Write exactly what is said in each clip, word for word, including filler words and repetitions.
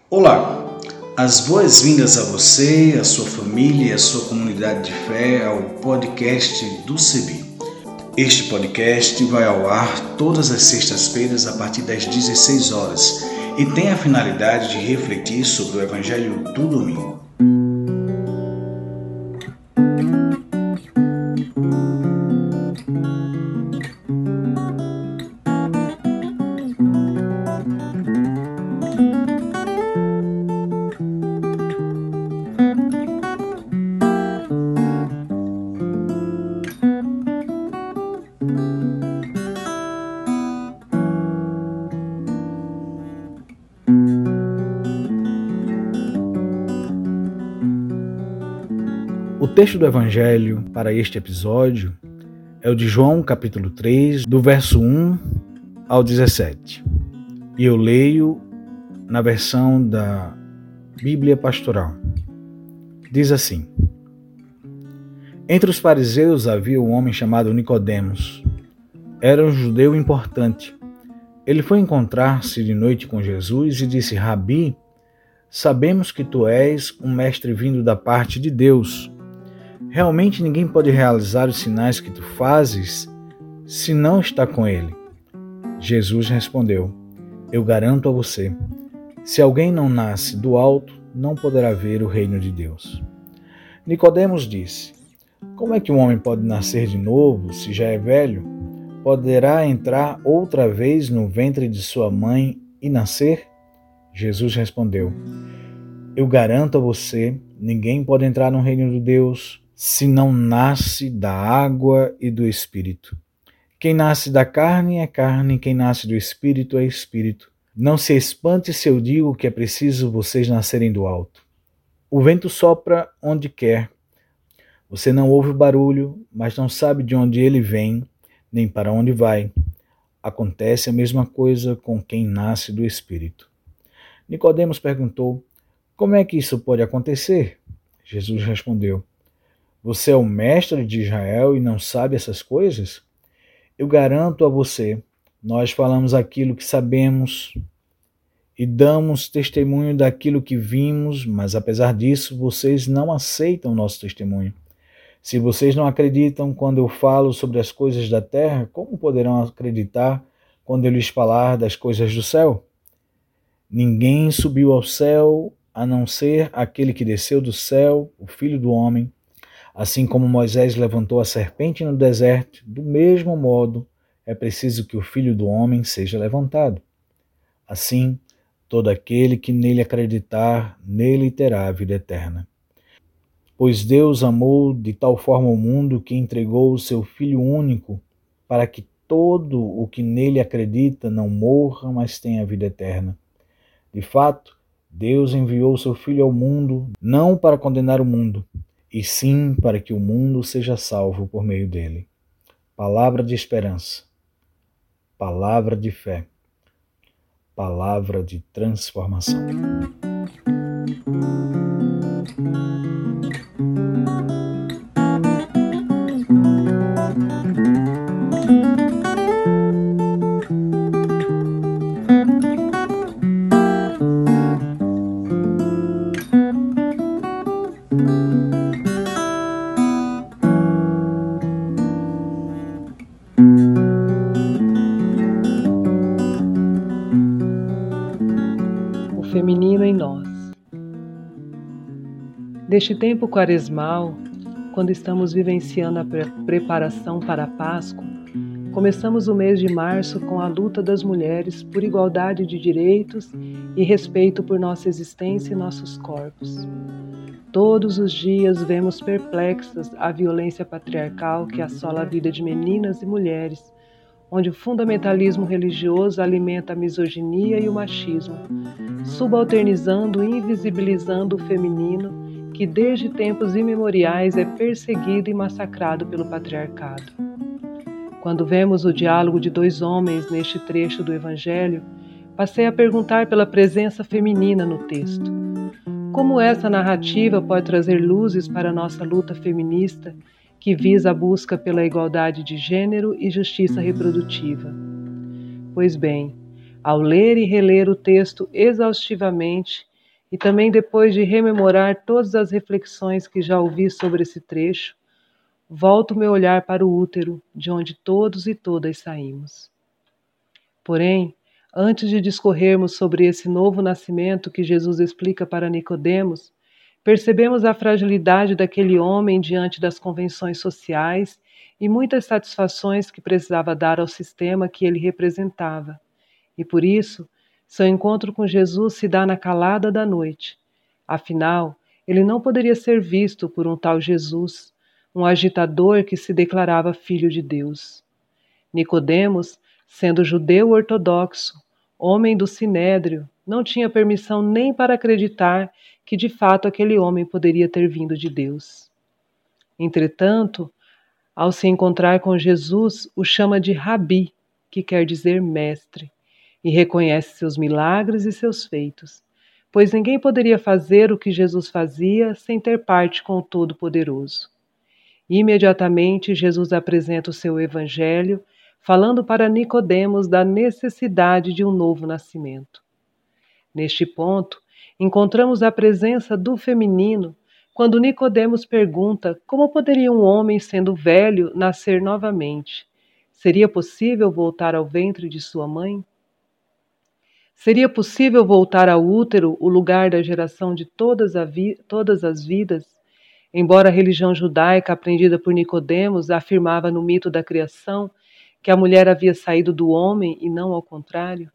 Olá, as boas-vindas a você, a sua família e a sua comunidade de fé ao podcast do C B. Este podcast vai ao ar todas as sextas-feiras a partir das dezesseis horas e tem a finalidade de refletir sobre o Evangelho do domingo. O texto do Evangelho para este episódio é o de João, capítulo três, do verso um ao dezessete. E eu leio na versão da Bíblia Pastoral. Diz assim: Entre os fariseus havia um homem chamado Nicodemos. Era um judeu importante. Ele foi encontrar-se de noite com Jesus e disse: Rabi, sabemos que tu és um mestre vindo da parte de Deus. Realmente ninguém pode realizar os sinais que tu fazes se não está com ele. Jesus respondeu: Eu garanto a você, se alguém não nasce do alto, não poderá ver o reino de Deus. Nicodemos disse: Como é que um homem pode nascer de novo se já é velho? Poderá entrar outra vez no ventre de sua mãe e nascer? Jesus respondeu: Eu garanto a você, ninguém pode entrar no reino de Deus se não nasce da água e do Espírito. Quem nasce da carne é carne, quem nasce do Espírito é Espírito. Não se espante se eu digo que é preciso vocês nascerem do alto. O vento sopra onde quer. Você não ouve o barulho, mas não sabe de onde ele vem, nem para onde vai. Acontece a mesma coisa com quem nasce do Espírito. Nicodemos perguntou: Como é que isso pode acontecer? Jesus respondeu: Você é o mestre de Israel e não sabe essas coisas? Eu garanto a você, nós falamos aquilo que sabemos e damos testemunho daquilo que vimos, mas apesar disso, vocês não aceitam nosso testemunho. Se vocês não acreditam quando eu falo sobre as coisas da terra, como poderão acreditar quando eu lhes falar das coisas do céu? Ninguém subiu ao céu a não ser aquele que desceu do céu, o Filho do Homem. Assim como Moisés levantou a serpente no deserto, do mesmo modo é preciso que o Filho do Homem seja levantado. Assim, todo aquele que nele acreditar, nele terá a vida eterna. Pois Deus amou de tal forma o mundo que entregou o seu Filho único, para que todo o que nele acredita não morra, mas tenha a vida eterna. De fato, Deus enviou o seu Filho ao mundo, não para condenar o mundo, e sim para que o mundo seja salvo por meio dele. Palavra de esperança, palavra de fé, palavra de transformação. Feminino em nós. Neste tempo quaresmal, quando estamos vivenciando a pre- preparação para a Páscoa, começamos o mês de março com a luta das mulheres por igualdade de direitos e respeito por nossa existência e nossos corpos. Todos os dias vemos perplexas a violência patriarcal que assola a vida de meninas e mulheres, onde o fundamentalismo religioso alimenta a misoginia e o machismo, subalternizando e invisibilizando o feminino, que desde tempos imemoriais é perseguido e massacrado pelo patriarcado. Quando vemos o diálogo de dois homens neste trecho do Evangelho, passei a perguntar pela presença feminina no texto. Como essa narrativa pode trazer luzes para a nossa luta feminista, que visa a busca pela igualdade de gênero e justiça reprodutiva? Pois bem, ao ler e reler o texto exaustivamente, e também depois de rememorar todas as reflexões que já ouvi sobre esse trecho, volto meu olhar para o útero, de onde todos e todas saímos. Porém, antes de discorrermos sobre esse novo nascimento que Jesus explica para Nicodemos, percebemos a fragilidade daquele homem diante das convenções sociais e muitas satisfações que precisava dar ao sistema que ele representava. E por isso, seu encontro com Jesus se dá na calada da noite. Afinal, ele não poderia ser visto por um tal Jesus, um agitador que se declarava filho de Deus. Nicodemos, sendo judeu ortodoxo, homem do sinédrio, não tinha permissão nem para acreditar que de fato aquele homem poderia ter vindo de Deus. Entretanto, ao se encontrar com Jesus, o chama de Rabi, que quer dizer mestre, e reconhece seus milagres e seus feitos, pois ninguém poderia fazer o que Jesus fazia sem ter parte com o Todo-Poderoso. Imediatamente, Jesus apresenta o seu evangelho, falando para Nicodemos da necessidade de um novo nascimento. Neste ponto, encontramos a presença do feminino quando Nicodemos pergunta como poderia um homem, sendo velho, nascer novamente. Seria possível voltar ao ventre de sua mãe? Seria possível voltar ao útero, o lugar da geração de todas, a vi- todas as vidas? Embora a religião judaica aprendida por Nicodemos afirmava no mito da criação que a mulher havia saído do homem e não ao contrário,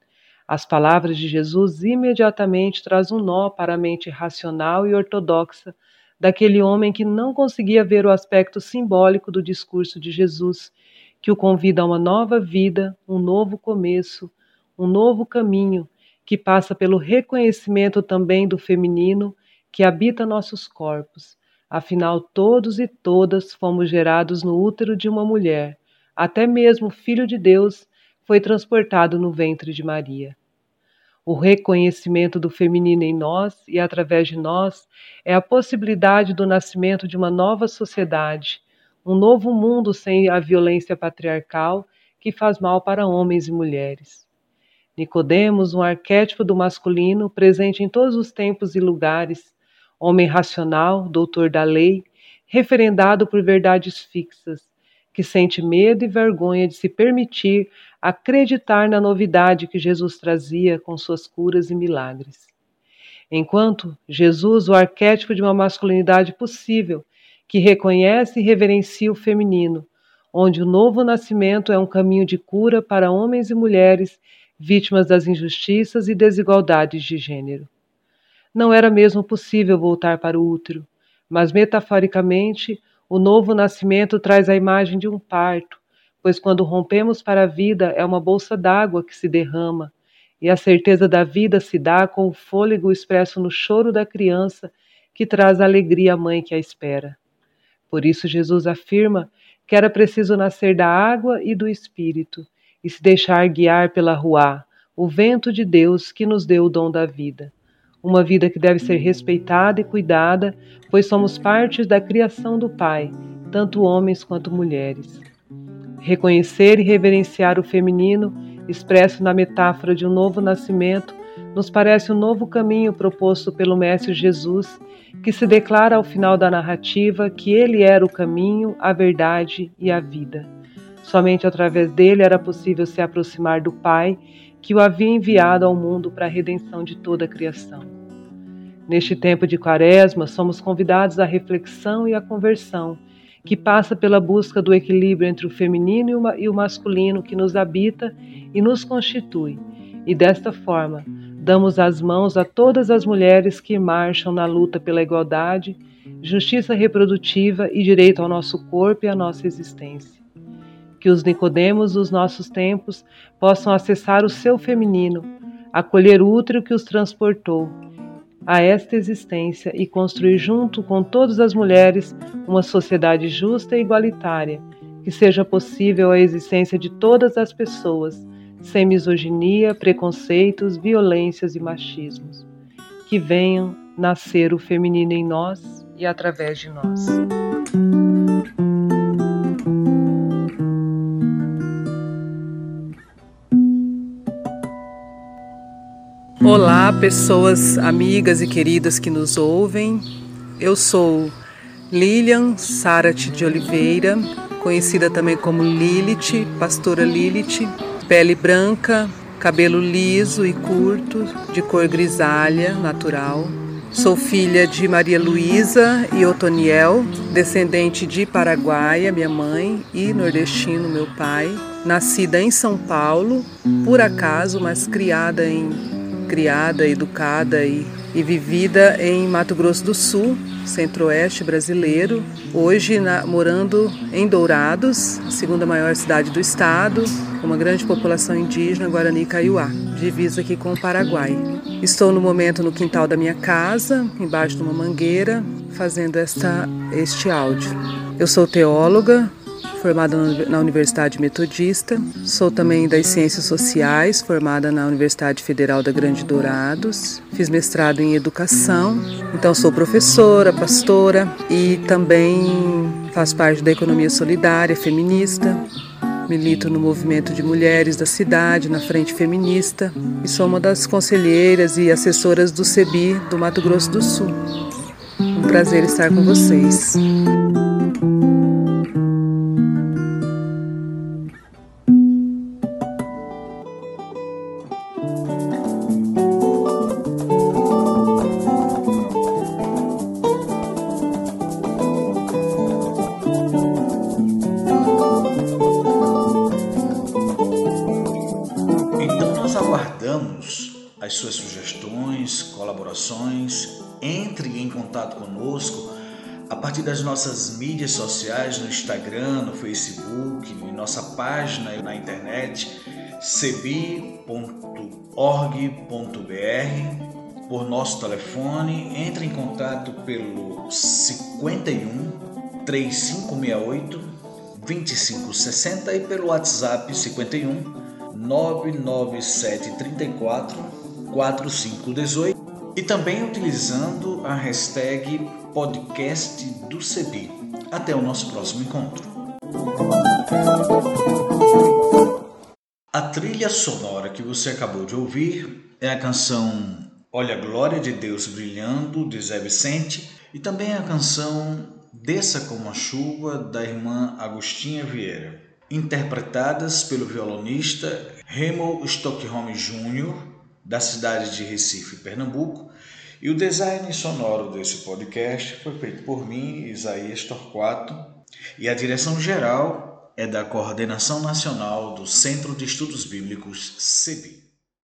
as palavras de Jesus imediatamente trazem um nó para a mente racional e ortodoxa daquele homem que não conseguia ver o aspecto simbólico do discurso de Jesus, que o convida a uma nova vida, um novo começo, um novo caminho, que passa pelo reconhecimento também do feminino que habita nossos corpos. Afinal, todos e todas fomos gerados no útero de uma mulher. Até mesmo o Filho de Deus foi transportado no ventre de Maria. O reconhecimento do feminino em nós e através de nós é a possibilidade do nascimento de uma nova sociedade, um novo mundo sem a violência patriarcal que faz mal para homens e mulheres. Nicodemos, um arquétipo do masculino presente em todos os tempos e lugares, homem racional, doutor da lei, referendado por verdades fixas, que sente medo e vergonha de se permitir acreditar na novidade que Jesus trazia com suas curas e milagres. Enquanto Jesus, o arquétipo de uma masculinidade possível, que reconhece e reverencia o feminino, onde o novo nascimento é um caminho de cura para homens e mulheres vítimas das injustiças e desigualdades de gênero. Não era mesmo possível voltar para o útero, mas metaforicamente, o novo nascimento traz a imagem de um parto, pois quando rompemos para a vida é uma bolsa d'água que se derrama, e a certeza da vida se dá com o fôlego expresso no choro da criança que traz a alegria à mãe que a espera. Por isso Jesus afirma que era preciso nascer da água e do Espírito, e se deixar guiar pela Ruá, o vento de Deus que nos deu o dom da vida. Uma vida que deve ser respeitada e cuidada, pois somos partes da criação do Pai, tanto homens quanto mulheres. Reconhecer e reverenciar o feminino, expresso na metáfora de um novo nascimento, nos parece um novo caminho proposto pelo Mestre Jesus, que se declara ao final da narrativa que ele era o caminho, a verdade e a vida. Somente através dele era possível se aproximar do Pai, que o havia enviado ao mundo para a redenção de toda a criação. Neste tempo de Quaresma, somos convidados à reflexão e à conversão, que passa pela busca do equilíbrio entre o feminino e o masculino que nos habita e nos constitui, e desta forma, damos as mãos a todas as mulheres que marcham na luta pela igualdade, justiça reprodutiva e direito ao nosso corpo e à nossa existência. Que os Nicodemos dos nossos tempos possam acessar o seu feminino, acolher o útero que os transportou a esta existência e construir junto com todas as mulheres uma sociedade justa e igualitária, que seja possível a existência de todas as pessoas, sem misoginia, preconceitos, violências e machismos. Que venham nascer o feminino em nós e através de nós. Olá! Olá, pessoas amigas e queridas que nos ouvem. Eu sou Lilian Sarati de Oliveira, conhecida também como Lilith, pastora Lilith, pele branca, cabelo liso e curto, de cor grisalha, natural. Sou filha de Maria Luísa e Otoniel, descendente de paraguaia, minha mãe, e nordestino, meu pai. Nascida em São Paulo, por acaso, mas criada, em, criada educada e, e vivida em Mato Grosso do Sul, centro-oeste brasileiro. Hoje na, morando em Dourados, a segunda maior cidade do estado, com uma grande população indígena, Guarani Kaiowá, divisa aqui com o Paraguai. Estou no momento no quintal da minha casa, embaixo de uma mangueira, fazendo esta, este áudio. Eu sou teóloga, formada na Universidade Metodista, sou também das Ciências Sociais, formada na Universidade Federal da Grande Dourados, fiz mestrado em Educação, então sou professora, pastora e também faço parte da Economia Solidária, feminista. Milito no movimento de mulheres da cidade, na Frente Feminista, e sou uma das conselheiras e assessoras do SEBI do Mato Grosso do Sul. Um prazer estar com vocês. Aguardamos as suas sugestões, colaborações. Entre em contato conosco a partir das nossas mídias sociais, no Instagram, no Facebook, em nossa página na internet, sebi ponto org ponto br, por nosso telefone. Entre em contato pelo cinquenta e um, três cinco seis oito, dois cinco seis zero e pelo WhatsApp cinquenta e um, nove nove sete três quatro, quatro cinco um oito, e também utilizando a hashtag podcast do SEBI. Até o nosso próximo encontro. A trilha sonora que você acabou de ouvir é a canção Olha a Glória de Deus Brilhando, de Zé Vicente, e também a canção Desça Como a Chuva, da irmã Agostinha Vieira, interpretadas pelo violonista Remo Stockholm Júnior, da cidade de Recife, Pernambuco, e o design sonoro desse podcast foi feito por mim, Isaías Torquato, e a direção geral é da Coordenação Nacional do Centro de Estudos Bíblicos SEBI.